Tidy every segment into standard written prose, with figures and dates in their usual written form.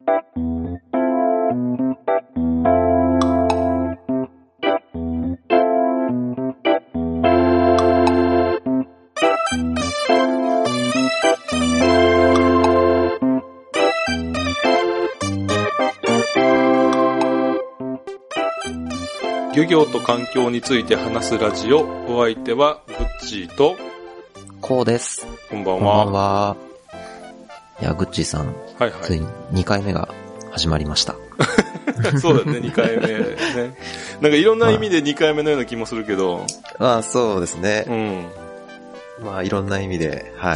漁業と環境について話すラジオ。お相手はグッチーとこうです。 こんばんは。 こんばんは。いや、グッチーさん、 はいはい、 ついに2回目が始まりました。 そうだね、2回目ね。なんかいろんな意味で2回目のような気もするけど。 まあそうですね。 うん。 まあいろんな意味で、はい。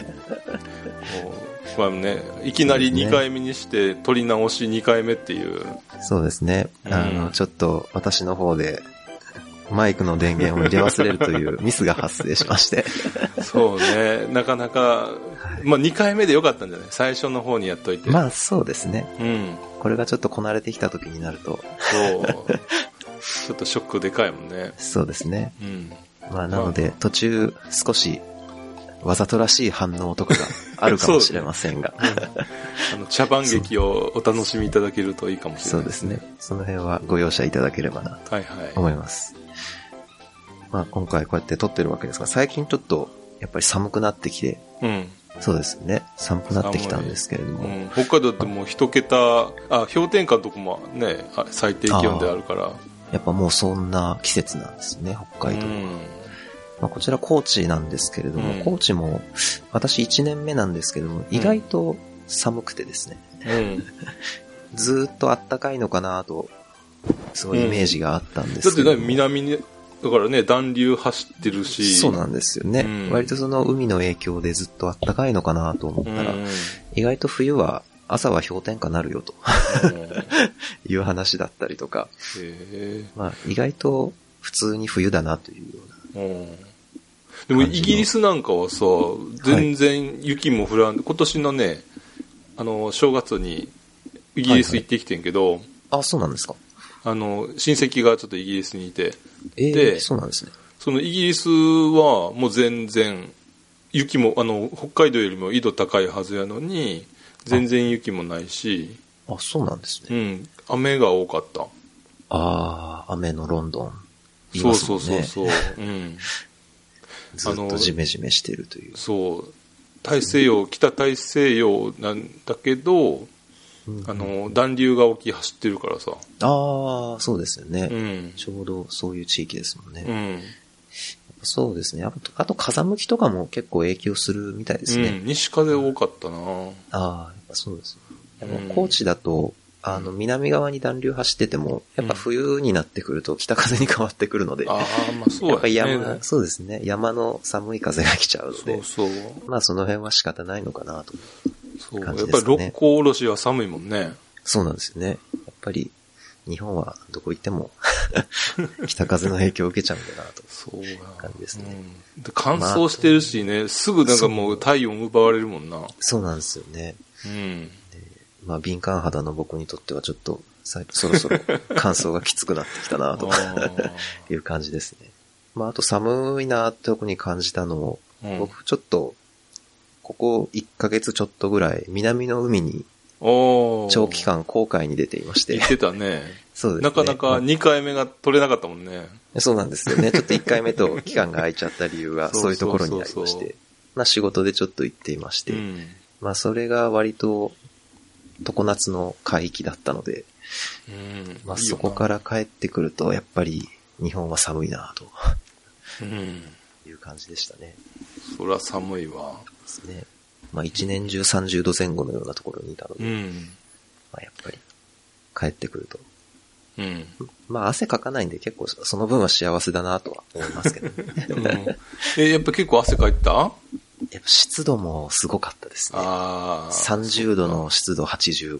まあね、いきなり2回目にして撮り直し2回目っていう。 そうですね。ちょっと私の方でマイクの電源を入れ忘れるというミスが発生しまして。 そうね、なかなか、まあ2回目でよかったんじゃない？最初の方にやっといて。 まあそうですね。 うん。 これがちょっとこなれてきた時になると。 そう。ちょっとショックでかいもんね。 そうですね。 うん。 まあなので途中少しわざとらしい反応とかがあるかもしれませんが、 茶番劇をお楽しみいただけるといいかもしれないですね。 そうですね。その辺はご容赦いただければなと思います。まあ今回こうやって撮ってるわけですが、最近ちょっとやっぱり寒くなってきて、うん、そうですね。寒くなってきたんですけれども、 うん、北海道ってもう一桁、氷点下のとこもね、最低気温であるから、 やっぱもうそんな季節なんですね、北海道は。まあ、こちら高知なんですけれども、高知も私1年目なんですけれども、意外と寒くてですね、ずーっと暖かいのかなと、そういうイメージがあったんですけど、 だって南にだからね、暖流走ってるし、 そうなんですよね、割とその海の影響でずっと暖かいのかなと思ったら、意外と冬は朝は氷点下なるよという話だったりとか、まあ、意外と普通に冬だなというような。 でもイギリスなんかはさ、全然雪も降らん、今年のね、正月にイギリス行ってきてんけど、 あ、そうなんですか。 親戚がちょっとイギリスにいて、 で、そうなんですね。 そのイギリスはもう全然、雪も、北海道よりも緯度高いはずやのに、全然雪もないし、 あ、そうなんですね。 うん、雨が多かった。 ああ、雨のロンドン。 そうそうそうそう。うん。 ずっとジメジメしてるという。 そう。北大西洋なんだけど、暖流が沖走ってるからさ。 ああ、そうですよね、 うん。ちょうどそういう地域ですもんね。うん。そうですね。あと風向きとかも結構影響するみたいですね。 うん、西風多かったな。 ああ、やっぱそうですね。高知だと、南側に暖流走ってても、やっぱ冬になってくると北風に変わってくるるので。 ああ、まあそうだね。 やっぱそうですね。山の寒い風が来ちゃうので。 そうそう。 まあその辺は仕方ないのかなと、 そう。やっぱり六甲おろしは寒いもんね。 そうなんですよね。やっぱり、日本はどこ行っても北風の影響を受けちゃうんだなと。そういう感じですね。 乾燥してるしね、すぐなんかもう体温奪われるもんな。 そうなんですよね。 うん。 まあ敏感肌の僕にとってはちょっとそろそろ乾燥がきつくなってきたなという感じですね。まああと寒いなって特に感じたのを、僕ちょっとここ1ヶ月ちょっとぐらい南の海に長期間航海に出ていまして。 行ってたね。 そうですね。 なかなか2回目が取れなかったもんね。 そうなんですよね。ちょっと1回目と期間が空いちゃった理由がそういうところにありまして。まあ仕事でちょっと行っていまして。まあそれが割と常夏の海域だったので、まあそこから帰ってくるとやっぱり日本は寒いなという感じでしたね。 そりゃ寒いわ。 ですね。まあ一年中30度前後のようなところにいたので、まあやっぱり帰ってくると、まあ汗かかないんで結構その分は幸せだなとは思いますけどね。 やっぱ結構汗かいた？ やっぱ湿度もすごかったですね。30度の湿度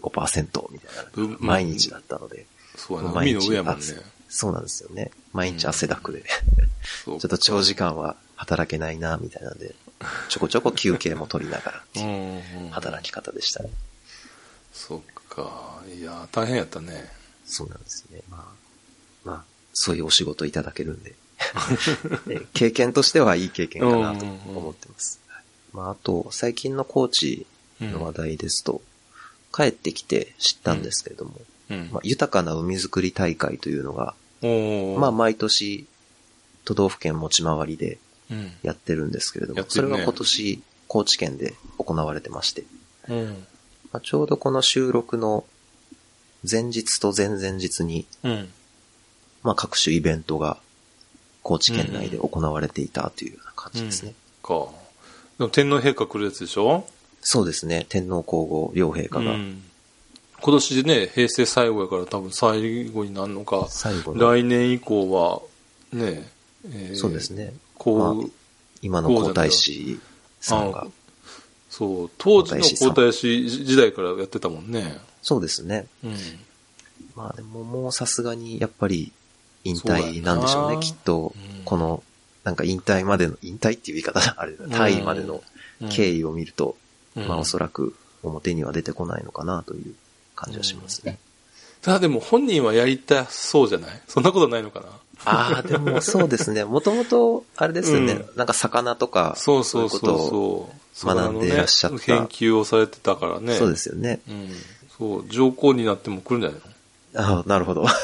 85% みたいな毎日だったので。 そうやな、海の上やもんね。 そうなんですよね。毎日汗だくで。ちょっと長時間は働けないなみたいなんで、ちょこちょこ休憩も取りながらっていう働き方でしたね。 そっか。いや、大変やったね。 そうなんですね。まあ、そういうお仕事いただけるんで。経験としてはいい経験かなと思ってます。まあ、あと、最近のコーチの話題ですと、 帰ってきて知ったんですけれども、まあ、豊かな海づくり大会というのが、まあ毎年都道府県持ち回りでやってるんですけれども、それが今年高知県で行われてまして、まあ、ちょうどこの収録の前日と前々日に、まあ各種イベントが高知県内で行われていたというような感じですね。 でも天皇陛下来るやつでしょ？ そうですね。天皇皇后両陛下が。 今年でね、平成最後やから多分最後になるのか、来年以降はね、 そうですね。まあ、今の皇太子さんが。 そう、当時の皇太子時代からやってたもんね。 そうですね。まあでももうさすがにやっぱり引退なんでしょうね。きっと、この、なんか引退までの、引退っていう言い方あれだ、退位までの経緯を見ると、まあおそらく表には出てこないのかなという感じはしますね。 ただでも本人はやりたそうじゃない？そんなことないのかな？ ああ、でもそうですね。もともと、あれですよね。なんか魚とか、そういうことを学んでいらっしゃった。 研究をされてたからね。 そうですよね。 そう、上皇になっても来るんじゃないの？ ああ、なるほど。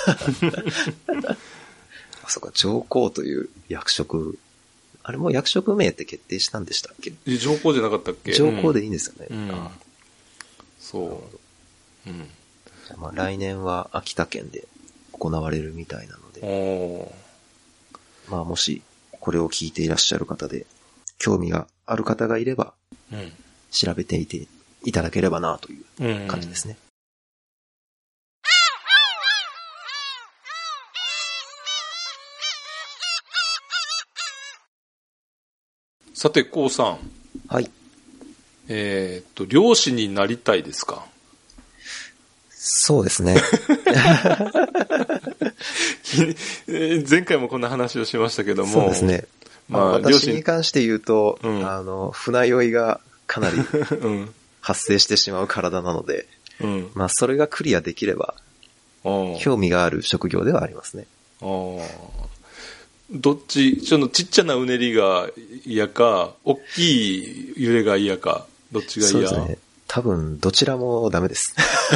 そうか、上皇という役職。あれも役職名って決定したんでしたっけ？ 上皇じゃなかったっけ？ 上皇でいいんですよね。 そう。 まあ来年は秋田県で行われるみたいなので、まあもしこれを聞いていらっしゃる方で興味がある方がいれば、調べていていただければなという感じですね。 さて、こうさん。 はい。 漁師になりたいですか？ そうですね。 前回もこんな話をしましたけども。 そうですね。まあ、私に関して言うと、船酔いがかなり発生してしまう体なので、まあ、それがクリアできれば、興味がある職業ではありますね。 どっち、ちっちゃなうねりが嫌か、大きい揺れが嫌か、どっちが嫌？ そうですね。多分、どちらもダメです。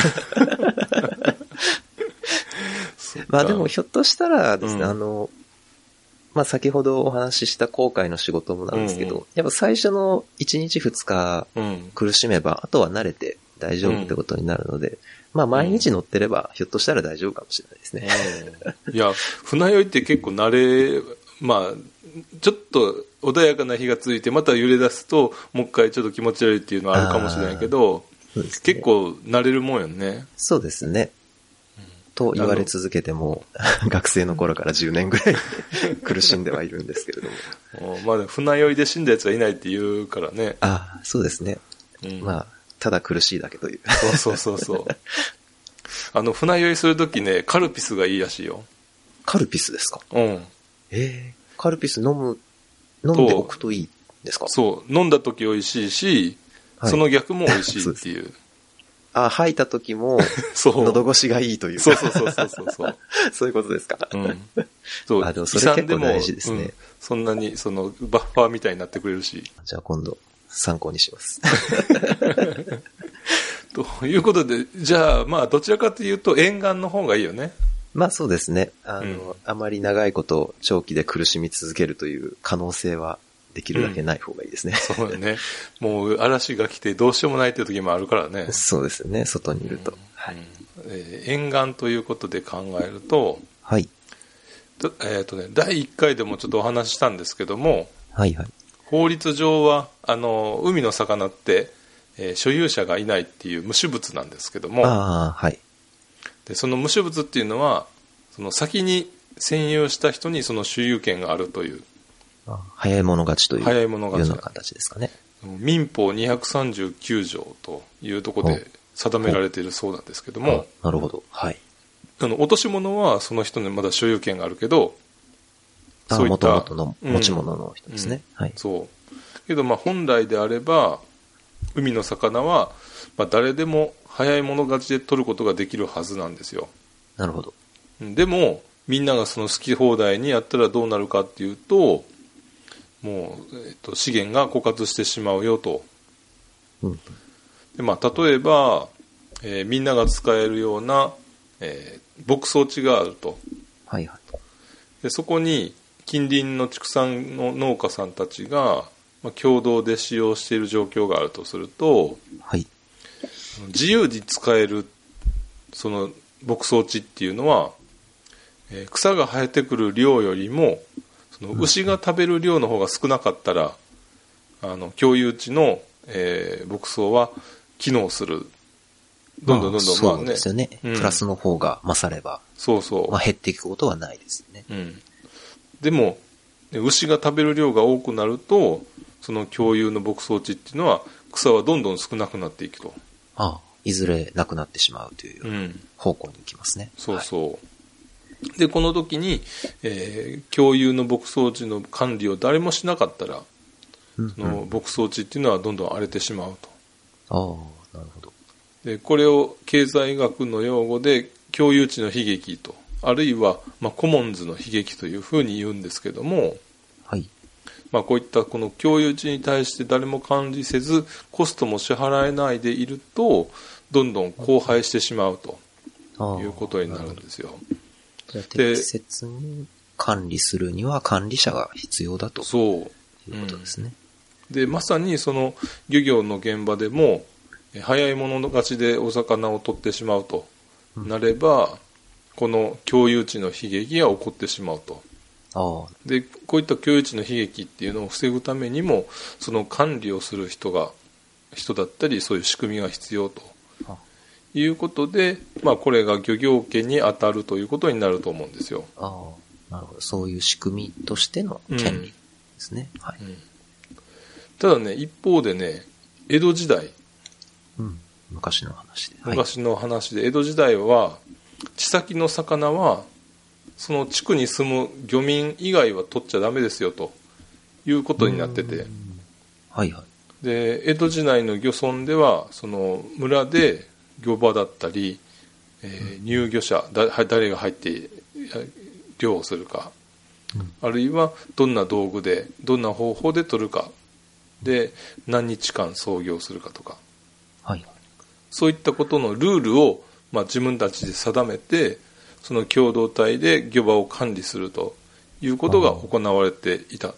まあでも、ひょっとしたらですね、まあ先ほどお話しした航海の仕事もなんですけど、やっぱ最初の1日2日苦しめば、あとは慣れて大丈夫ってことになるので、まあ毎日乗ってれば、ひょっとしたら大丈夫かもしれないですね。 いや、船酔いって結構慣れ、まあ、ちょっと穏やかな日が続いて、また揺れ出すと、もう一回ちょっと気持ち悪いっていうのはあるかもしれないけど、ね、結構慣れるもんよね。 そうですね。と言われ続けても、学生の頃から10年ぐらい苦しんではいるんですけれども。 まあ、船酔いで死んだやつはいないって言うからね。 ああ、そうですね。まあ、ただ苦しいだけという。 そう。船酔いするときね、カルピスがいいらしいよ。 カルピスですか？カルピス飲んでおくといいですか？ そう。飲んだとき美味しいし、その逆も美味しいっていう。 吐いたときも、喉越しがいいというか。 そう。 そういうことですか。 そう。 でもそれ結構大事ですね。 そんなに、バッファーみたいになってくれるし。 じゃあ今度、参考にします。 ということで、じゃあ、まあ、どちらかというと、沿岸の方がいいよね。 まあそうですね。あまり長いこと長期で苦しみ続けるという可能性はできるだけない方がいいですね。 そうだね。もう嵐が来てどうしようもないっていう時もあるからね。 そうですね。外にいると。 沿岸ということで考えると、 はい。 第1回でもちょっとお話ししたんですけども、法律上は、海の魚って、所有者がいないっていう無種物なんですけども、でその無種物っていうのは、その先に占有した人にその所有権があるという。 早い者勝ちというような形ですかね。 民法239条というところで定められているそうなんですけども。 なるほど。はい。 落とし物はその人にまだ所有権があるけど、 そういった元々の持ち物の人ですね。 そう。けど本来であれば、海の魚は誰でも早い者勝ちで取ることができるはずなんですよ。 なるほど。 でもみんながその好き放題にやったらどうなるかっていうと、もう、資源が枯渇してしまうよと。で例えば、 みんなが使えるような、牧草地があると。 はいはい。 でそこに近隣の畜産の農家さんたちが、共同で使用している状況があるとすると、 はい、 自由に使えるその牧草地っていうのは、草が生えてくる量よりもその牛が食べる量の方が少なかったら、共有地の、牧草は機能する。どんどんそうですよね、プラスの方が勝れば、 そうそう、 減っていくことはないですね。 でも牛が食べる量が多くなると、その共有の牧草地っていうのは草はどんどん少なくなっていくと。 いずれなくなってしまうという方向に行きますね。 そうそう。はい、でこの時に、共有の牧草地の管理を誰もしなかったら、その牧草地っていうのはどんどん荒れてしまうと。なるほど。 でこれを経済学の用語で共有地の悲劇と、あるいは、コモンズの悲劇というふうに言うんですけども、 はい、 こういったこの共有地に対して誰も管理せずコストも支払えないでいると、どんどん荒廃してしまうということになるんですよ。 適切に管理するには管理者が必要だということですね。 でまさにその漁業の現場でも、早い者勝ちでお魚を取ってしまうとなれば、この共有地の悲劇が起こってしまうと。でこういった共有地の悲劇っていうのを防ぐためにも、その管理をする人だったり、そういう仕組みが必要ということで、これが漁業権に当たるということになると思うんですよ。 なるほど。そういう仕組みとしての権利ですね。はい。 ただね、一方でね、江戸時代、 昔の話で。 昔の話で、江戸時代は地先の魚はその地区に住む漁民以外は取っちゃダメですよということになってて、 はいはい。 で江戸時代の漁村では、その村で漁場だったり、入漁者誰が入って漁をするか、あるいはどんな道具でどんな方法で取るかで何日間操業するかとか、そういったことのルールを、自分たちで定めて、その共同体で漁場を管理するということが行われていた。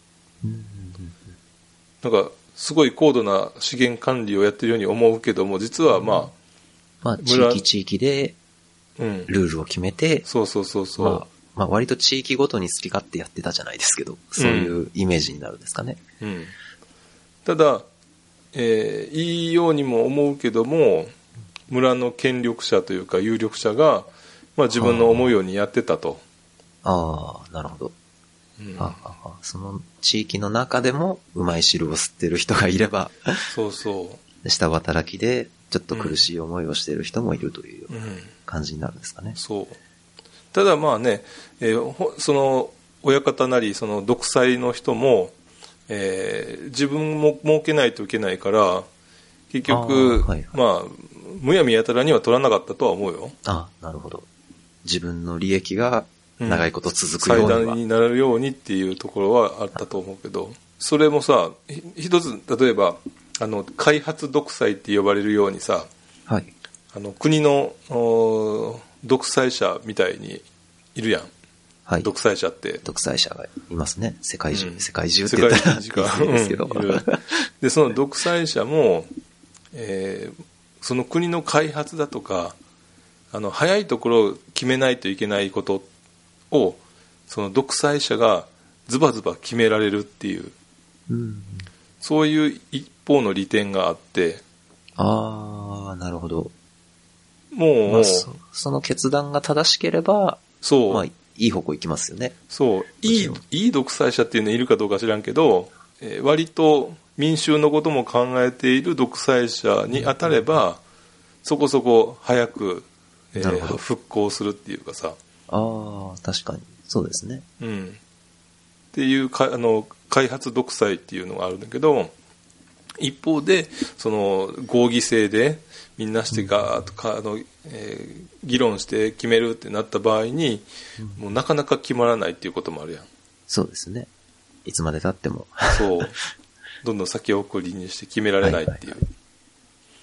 なんかすごい高度な資源管理をやっているように思うけども、実は地域でルールを決めて、割と地域ごとに好き勝手やってたじゃないですけど、そういうイメージになるんですかね。 ただ、いいようにも思うけども、村の権力者というか有力者が、自分の思うようにやってたと。 なるほど。その地域の中でもうまい汁を吸ってる人がいれば、下働きでちょっと苦しい思いをしている人もいるという感じになるんですかね。 ただその親方なりその独裁の人も、自分も儲けないといけないから、結局むやみやたらには取らなかったとは思うよ。 なるほど。自分の利益が長いこと続くようには、 最大になるようにっていうところはあったと思うけど、それもさ、一つ例えば開発独裁って呼ばれるようにさ、国の独裁者みたいにいるやん。独裁者って。 独裁者がいますね。世界中って言ったらいいですけど。 で、その独裁者も、その国の開発だとか、早いところを決めないといけないことを、その独裁者がズバズバ決められるっていう、そういう一方の利点があって。 なるほど。 もう、 その決断が正しければ、いい方向行きますよね。 いい独裁者っていうのいるかどうか知らんけど、割と民衆のことも考えている独裁者に当たれば、そこそこ早く、復興するっていうかさ。 確かにそうですね。 っていう開発独裁っていうのがあるんだけど、一方でその合議制でみんなしてガーッと議論して決めるってなった場合に、もうなかなか決まらないっていうこともあるやん。 そうですね。いつまで経ってもどんどん先送りにして決められないっていう。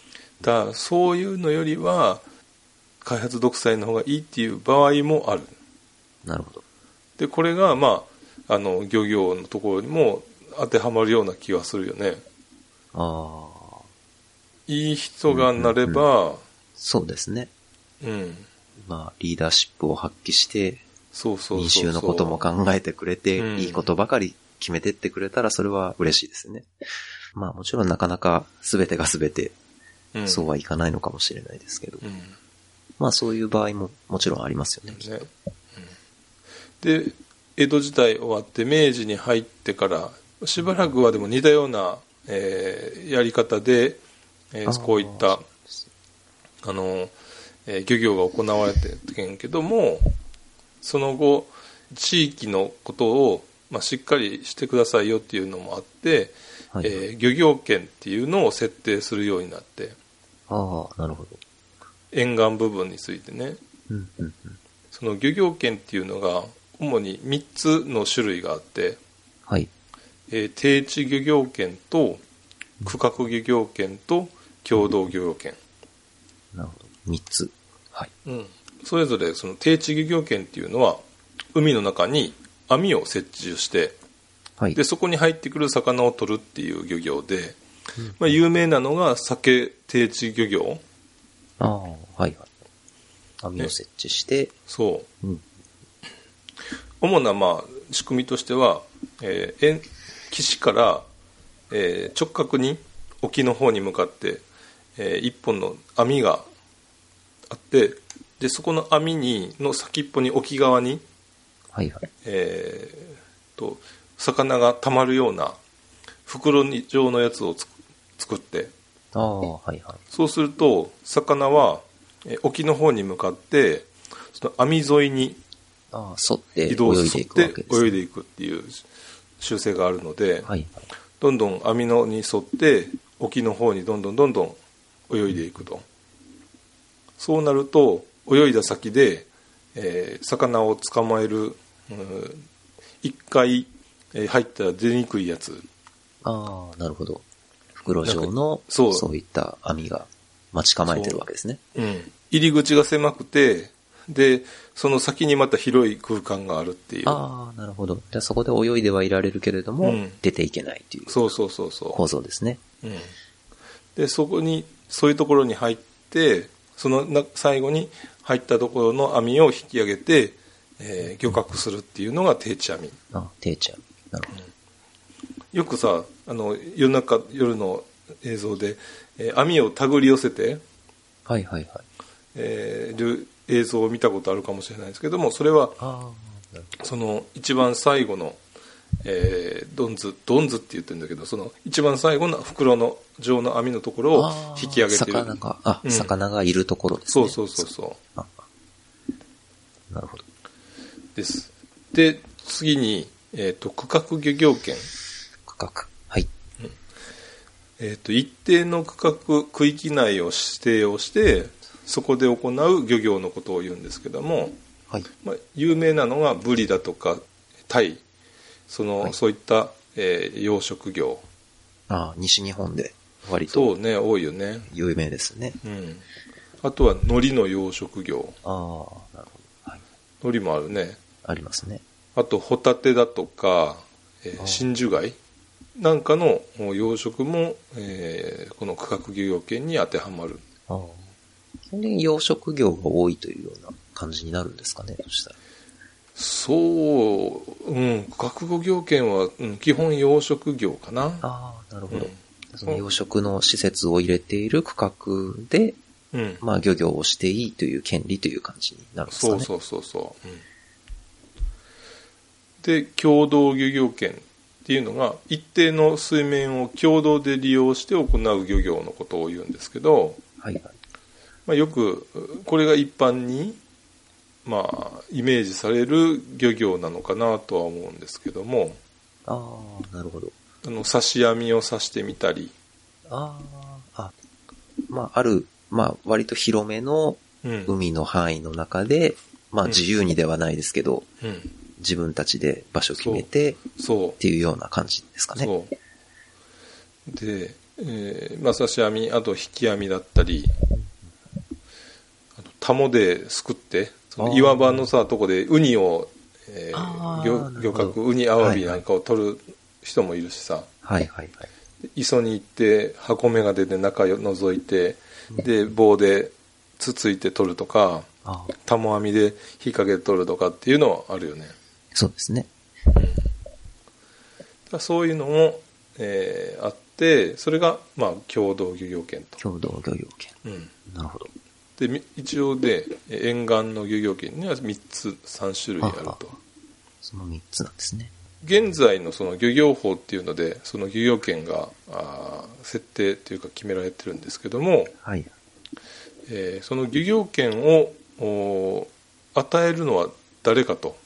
そういうのよりは開発独裁の方がいいっていう場合もある。 なるほど。 でこれが漁業のところにも当てはまるような気はするよね。 ああ。 いい人がなれば、 そうですね。 うん。 リーダーシップを発揮して、 そう民衆のことも考えてくれて、いいことばかり決めてってくれたらそれは嬉しいですね。もちろんなかなか全てが全て、そうはいかないのかもしれないですけど。そういう場合ももちろんありますよね。 で、江戸時代終わって明治に入ってからしばらくはでも似たような、やり方で、こういった漁業が行われてるんけども、その後地域のことを、しっかりしてくださいよっていうのもあって、漁業権っていうのを設定するようになって。 ああ、なるほど。 沿岸部分についてね。その漁業権っていうのが主に3つの種類があって、 はい。 定置漁業権と区画漁業権と共同漁業権。 なるほど。3つ。はい。 それぞれその定置漁業権っていうのは海の中に網を設置して、はい、でそこに入ってくる魚を取るっていう漁業で、有名なのが鮭定置漁業。 ああ、はいはい。網を設置して、 そう。主な仕組みとしては、岸から、直角に沖の方に向かって、一本の網があって、でそこの網の先っぽに沖側に、 はいはい、 魚がたまるような袋状のやつを作って、 はいはい、 そうすると魚は沖の方に向かってその網沿いに移動して泳いでいくっていう習性があるので、はいはい、どんどん網のに沿って沖の方にどんどん泳いでいくと。そうなると泳いだ先で、魚を捕まえる、一回入ったら出にくいやつ。 ああ、なるほど。袋状のそういった網が待ち構えてるわけですね。 入り口が狭くて、でその先にまた広い空間があるっていう。 ああ、なるほど。じゃあそこで泳いではいられるけれども、出ていけないという構造ですね。 でそこにそういうところに入って、その最後に入ったところの網を引き上げて、漁獲するっていうのが定置網。 定置網。なるほど。 よくさ、夜の映像で、網を手繰り寄せて、 はいはいはい。 る映像を見たことあるかもしれないですけども、それはその一番最後の、ドンズって言ってるんだけど、その一番最後の袋の状の網のところを引き上げてる。 魚がいるところですね。 そう。 なるほど。 です。で次に、区画漁業権。 区画。はい。 一定の区域内を指定をしてそこで行う漁業のことを言うんですけども、はい、有名なのがブリだとかタイ、そういった、養殖業。 西日本で割とそうね、多いよね。 有名ですね。 あとは海苔の養殖業。 なるほど。はい、 海苔もあるね。 ありますね。 あとホタテだとか、真珠貝なんかの養殖も、この区画漁業権に当てはまる。 基本的に養殖業が多いというような感じになるんですかね、そしたら。 そう、区画漁業権は、基本養殖業かな。 なるほど。その養殖の施設を入れている区画で、漁業をしていいという権利という感じになるんですかね。 そう。で、共同漁業権っていうのが一定の水面を共同で利用して行う漁業のことを言うんですけど、 はいはい、 よくこれが一般にイメージされる漁業なのかなとは思うんですけども。 なるほど。 刺し網を刺してみたり。 割と広めの海の範囲の中で、自由にではないですけど、自分たちで場所決めてっていうような感じですかね。 で刺し網、あと引き網だったり、タモですくって、その岩場のさとこでウニを、漁獲、ウニアワビなんかを取る人もいるしさ、 はいはいはい、 磯に行って箱目が出て中を覗いて、で棒でつついて取るとか、タモ網で引っ掛けて取るとかっていうのはあるよね。 そうですね、 そういうのも、あって、それが、共同漁業権と。 共同漁業権。なるほど。 で、一応で、沿岸の漁業権には3種類あると。 その3つなんですね。 現在のその漁業法っていうので、その漁業権が設定というか決められてるんですけども、 はい。 その漁業権を与えるのは誰かと。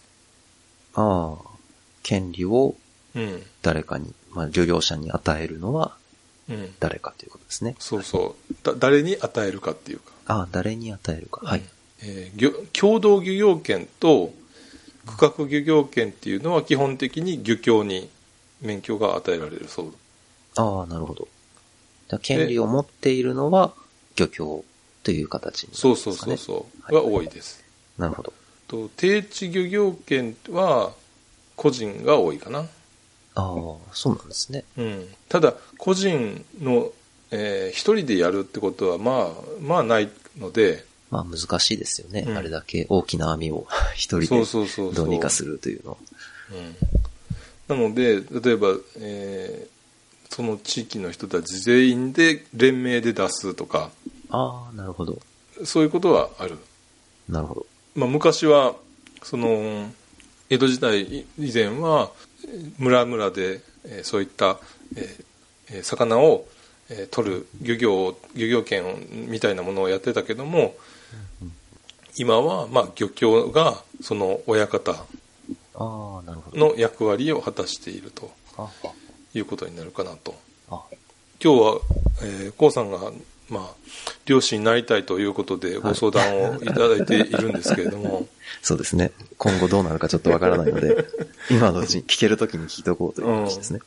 権利を誰かに、漁業者に与えるのは誰かということですね。 そうそう。誰に与えるかっていうか。 誰に与えるか。はい。 共同漁業権と区画漁業権っていうのは基本的に漁協に免許が与えられるそう。 なるほど。権利を持っているのは漁協という形になるんですかね。 そうが多いです。 なるほど。 定置漁業権は個人が多いかな。 そうなんですね。 ただ個人の、一人でやるってことはまあないので、 難しいですよね。あれだけ大きな網を一人でどうにかするというの。 なので例えば、その地域の人たち全員で連名で出すとか。 なるほど。 そういうことはある。 なるほど。 昔はその江戸時代以前は村々で、そういった、魚を、取る漁業権みたいなものをやってたけども、今は漁協がその親方の役割を果たしているということになるかなと。今日はコウさんが漁師になりたいということでご相談をいただいているんですけれども、 そうですね。今後どうなるかちょっとわからないので、今のうちに聞けるときに聞いておこうという話ですね。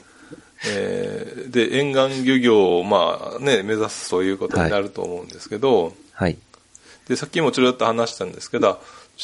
で、沿岸漁業を目指すということになると思うんですけど、 はい。 で、さっきもちょろっと話したんですけど、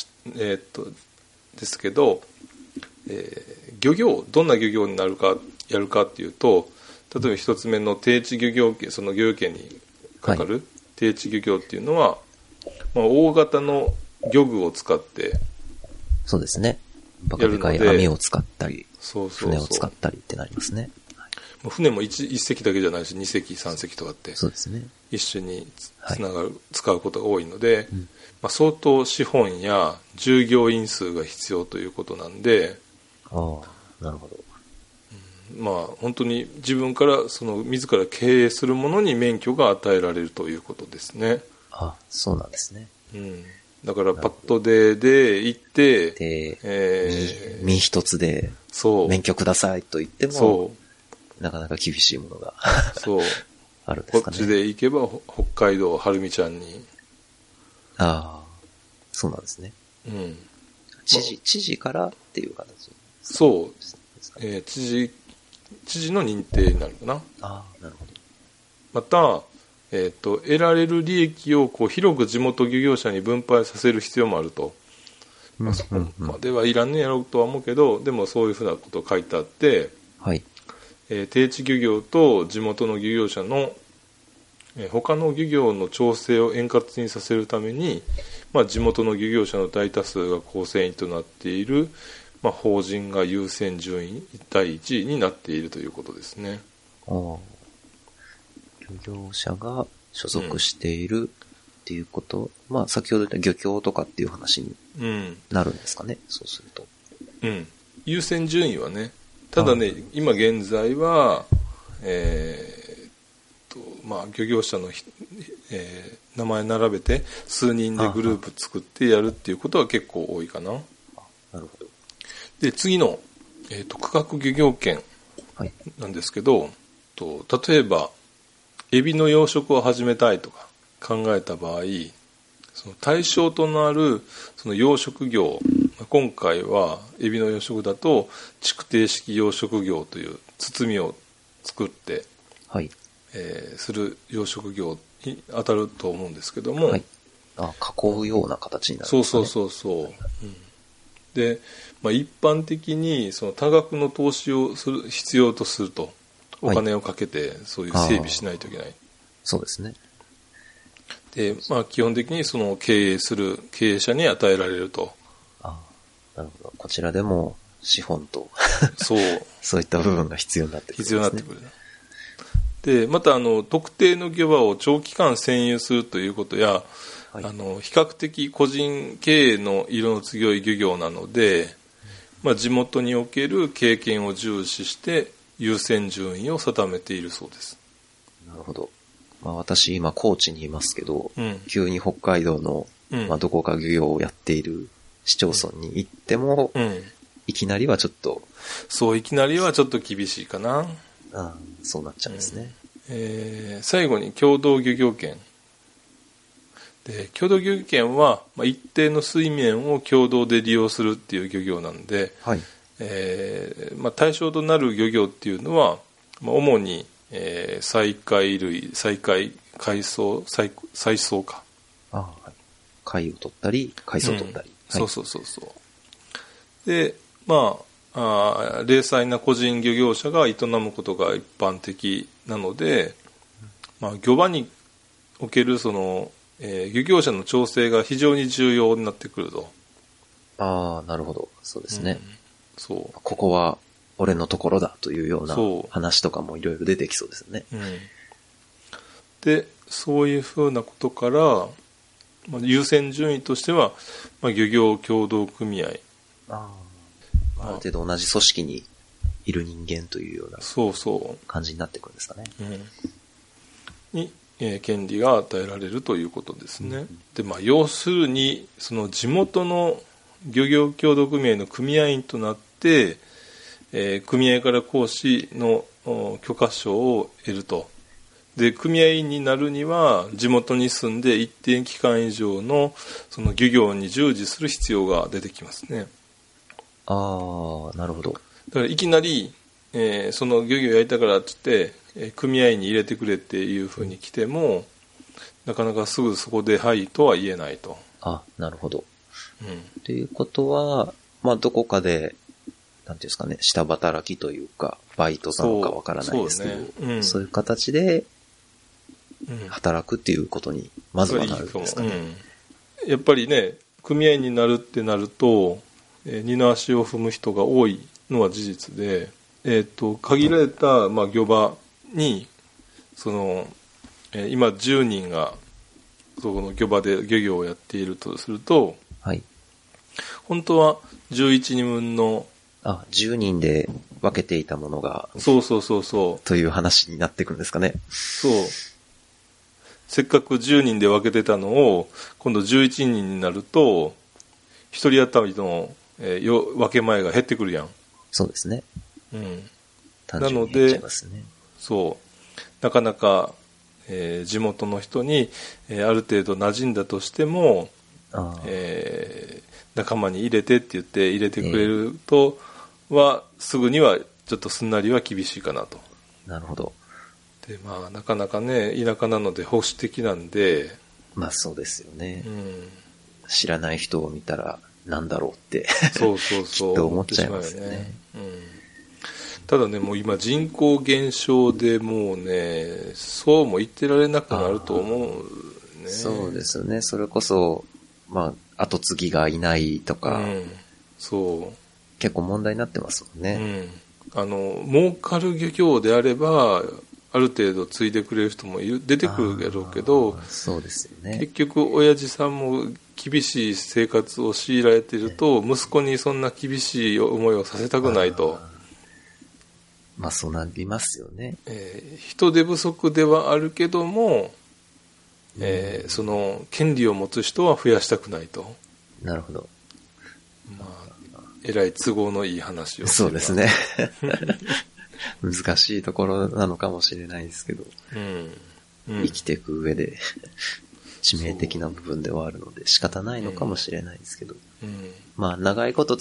漁業、どんな漁業になるか、やるかっていうと、例えば一つ目の定置漁業権、その漁業権にかかる定置漁業っていうのは、大型の漁具を使って、 そうですね。バカでかい網を使ったり、船を使ったりってなりますね。 船も一隻だけじゃないし、2隻、3隻とかって、 そうですね。 一緒に使うことが多いので、相当資本や従業員数が必要ということなんで、 なるほど。 本当に自分から自ら経営するものに免許が与えられるということですね。 そうなんですね。 だからパッドで行って、 身一つで免許くださいと言っても、なかなか厳しいものがあるんですかね。 こっちで行けば北海道はるみちゃんに。 そうなんですね。知事からっていう形。 そう。知事の認定になるかな。 なるほど。 また、得られる利益を広く地元漁業者に分配させる必要もあると。そこまではいらんねやろうとは思うけど、でもそういうふうなことが書いてあって、 はい。 定置漁業と地元の漁業者の、他の漁業の調整を円滑にさせるために、地元の漁業者の大多数が構成員となっている、法人が優先順位第1位になっているということですね。 漁業者が所属しているっていうこと、先ほど言った漁協とかっていう話になるんですかね、そうすると。 優先順位はね、ただね、今現在は、漁業者の、名前並べて数人でグループ作ってやるっていうことは結構多いかな。 なるほど。 で、次の、区画漁業権なんですけど、例えばエビの養殖を始めたいとか考えた場合、その対象となるその養殖業、今回はエビの養殖だと築堤式養殖業という包みを作って、 する養殖業に当たると思うんですけども、はい、 囲うような形になるんですかね。 そう、で、一般的にその多額の投資を必要とすると、お金をかけてそういう整備しないといけない。 そうですね。 で、基本的にその経営者に与えられると。 なるほど。こちらでも資本とそうそういった部分が必要になってくるんですね。 必要になってくる。で、また特定の漁場を長期間占有するということや、比較的個人経営の色の強い漁業なので、地元における経験を重視して優先順位を定めているそうです。 なるほど。私今高知にいますけど、急に北海道の、どこか漁業をやっている市町村に行っても、いきなりはちょっと。 そう、いきなりはちょっと厳しいかな。 そうなっちゃうんですね。 最後に共同漁業権。で、共同漁業権は、一定の水面を共同で利用するっていう漁業なんで、対象となる漁業っていうのは、主に、再海藻か。 貝を取ったり、海藻を取ったり。 そう。で、零細な個人漁業者が営むことが一般的なので、漁場におけるその、漁業者の調整が非常に重要になってくると。 なるほど。そうですね。 そう。 ここは俺のところだというような話とかもいろいろ出てきそうですね。 で、そういうふうなことから、優先順位としては、漁業協同組合。 ある程度同じ組織にいる人間というような感じになってくるんですかね。 に、権利が与えられるということですね。で、要するにその地元の漁業協同組合の組合員となって、組合から講師の許可証を得ると。で、組合員になるには地元に住んで一定期間以上のその漁業に従事する必要が出てきますね。 なるほど。だからいきなり、その漁業やりたからって言って組合員に入れてくれっていうふうに来ても、なかなかすぐそこではいとは言えないと。 なるほど。ということは、どこかでなんていうんですかね、下働きというかバイトなのかわからないですけど、そういう形で働くっていうことにまずはなるんですかね。 やっぱりね、組合員になるってなると、二の足を踏む人が多いのは事実で、限られた、漁場にその、今10人がそこの漁場で漁業をやっているとすると、本当は11人分の 10人で分けていたものがそうという話になってくるんですかね。 そう、せっかく10人で分けてたのを今度11人になると1人当たりの、分け前が減ってくるやん。 そうですね。 なのでなかなか、地元の人に、ある程度馴染んだとしても、仲間に入れてって言って入れてくれるとは、すぐにはちょっとすんなりは厳しいかなと。 なるほど。 で、なかなかね、田舎なので保守的なんで、 そうですよね。知らない人を見たらなんだろうってきっと思っちゃいますよね。 ただね、もう今人口減少でもうね、そうも言ってられなくなると思うね。 そうですね。それこそ後継ぎがいないとか、結構問題になってますもんね。 儲かる漁業であればある程度継いでくれる人も出てくるやろうけど、 そうですよね。 結局親父さんも厳しい生活を強いられていると、息子にそんな厳しい思いをさせたくないと。 そうなりますよね。 人手不足ではあるけども、その権利を持つ人は増やしたくないと。 なるほど。 えらい都合のいい話を。 そうですね。難しいところなのかもしれないですけど、生きていく上で致命的な部分ではあるので仕方ないのかもしれないですけど、長いこと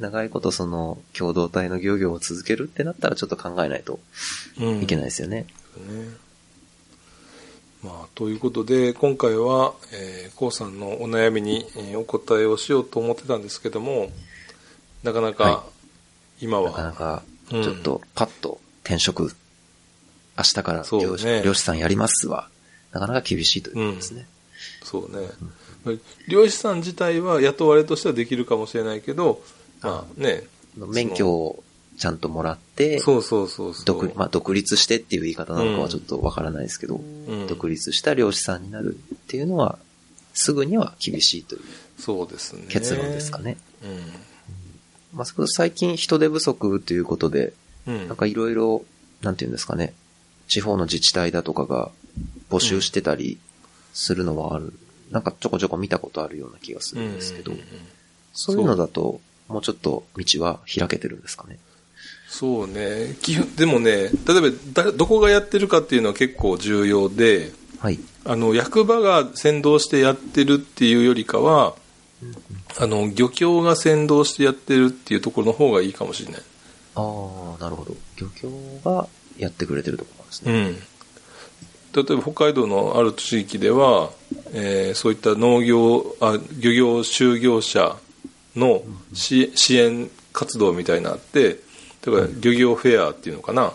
その共同体の漁業を続けるってなったらちょっと考えないといけないですよね。 ね。まあ、ということで今回はコウさんのお悩みにお答えをしようと思ってたんですけども、なかなか今は、 なかなかちょっとパッと転職、明日から漁師さんやりますはなかなか厳しいということですね。 そうね。漁師さん自体は雇われとしてはできるかもしれないけど、まあね、 免許をちゃんともらって、独立してっていう言い方なのかはちょっとわからないですけど、独立した漁師さんになるっていうのは、すぐには厳しいという結論ですかね。まあ、最近人手不足ということで、なんかいろいろ、なんていうんですかね、地方の自治体だとかが募集してたりするのはある。なんかちょこちょこ見たことあるような気がするんですけど、そういうのだと、もうちょっと道は開けてるんですかね。 そうね。でもね、例えばどこがやってるかっていうのは結構重要で、はい、役場が先導してやってるっていうよりかは、漁協が先導してやってるっていうところの方がいいかもしれない。 ああ、なるほど。漁協がやってくれてるところなんですね。 例えば北海道のある地域では、そういった漁業就業者の支援活動みたいなのあって、だから漁業フェアっていうのかな、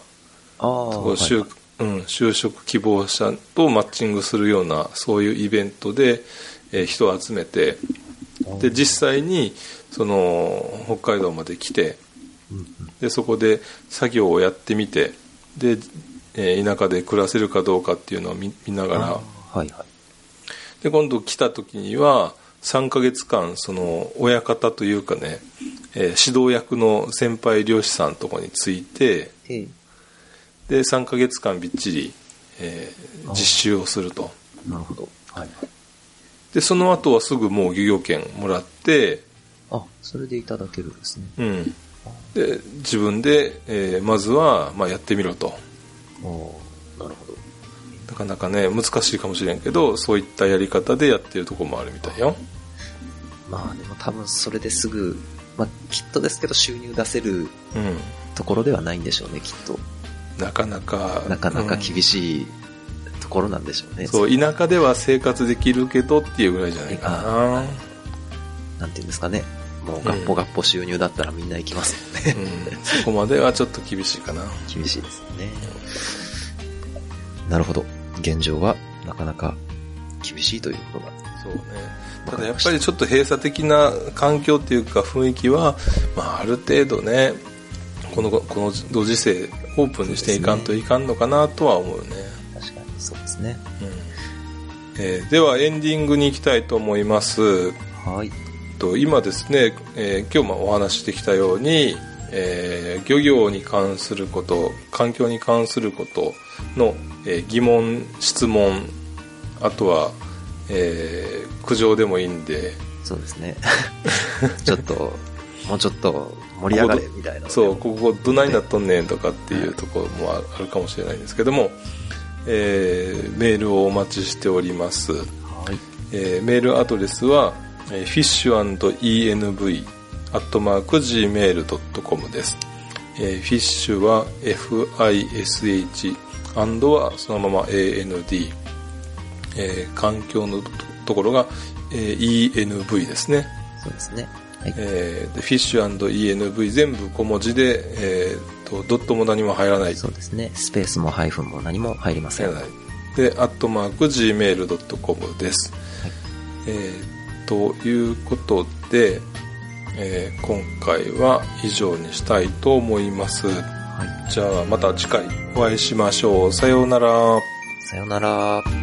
就職希望者とマッチングするようなそういうイベントで、人を集めて、で実際にその北海道まで来て、でそこで作業をやってみて、で、田舎で暮らせるかどうかっていうのを 見ながら、で今度来た時には3ヶ月間その親方というかね、指導役の先輩漁師さんのところについて、で3ヶ月間びっちり、実習をすると。 なるほど。 でその後はすぐもう漁業権もらって、 それでいただけるんですね。 で自分で、まずは、やってみろと。 なるほど。 なかなかね難しいかもしれんけど、そういったやり方でやってるところもあるみたいよ。 まあでも多分それですぐ、きっとですけど収入出せるところではないんでしょうね、きっと。なかなか厳しいところなんでしょうね。 そう、田舎では生活できるけどっていうぐらいじゃないかな。 なんていうんですかね。もうガッポガッポ収入だったらみんな行きますよね。 そこまではちょっと厳しいかな。 厳しいですよね。なるほど。現状はなかなか厳しいということが。 そうね。ただやっぱりちょっと閉鎖的な環境っていうか雰囲気は、ある程度ね、このご時世オープンにしていかんといかんのかなとは思うね。 確かにそうですね。 ではエンディングに行きたいと思います。 はい。 今ですね、今日もお話ししてきたように、漁業に関すること、環境に関することの、疑問、質問、あとは、苦情でもいいんで、 そうですね。もうちょっと盛り上がれみたいな。 そう、ここどないなっとんねんとかっていうところもあるかもしれないんですけども、メールをお待ちしております。はい。メールアドレスはfish&env@gmail.com です。フィッシュは FISH アンドはそのまま AND、環境のところが、ENV ですね。 そうですね。はい。 でフィッシュ&ENV 全部小文字で、ドットも何も入らない。 そうですね。スペースもハイフンも何も入りません。 で、@gmail.com です。はい。ということで、今回は以上にしたいと思います。はい、じゃあまた次回お会いしましょう。さようなら。 さようなら。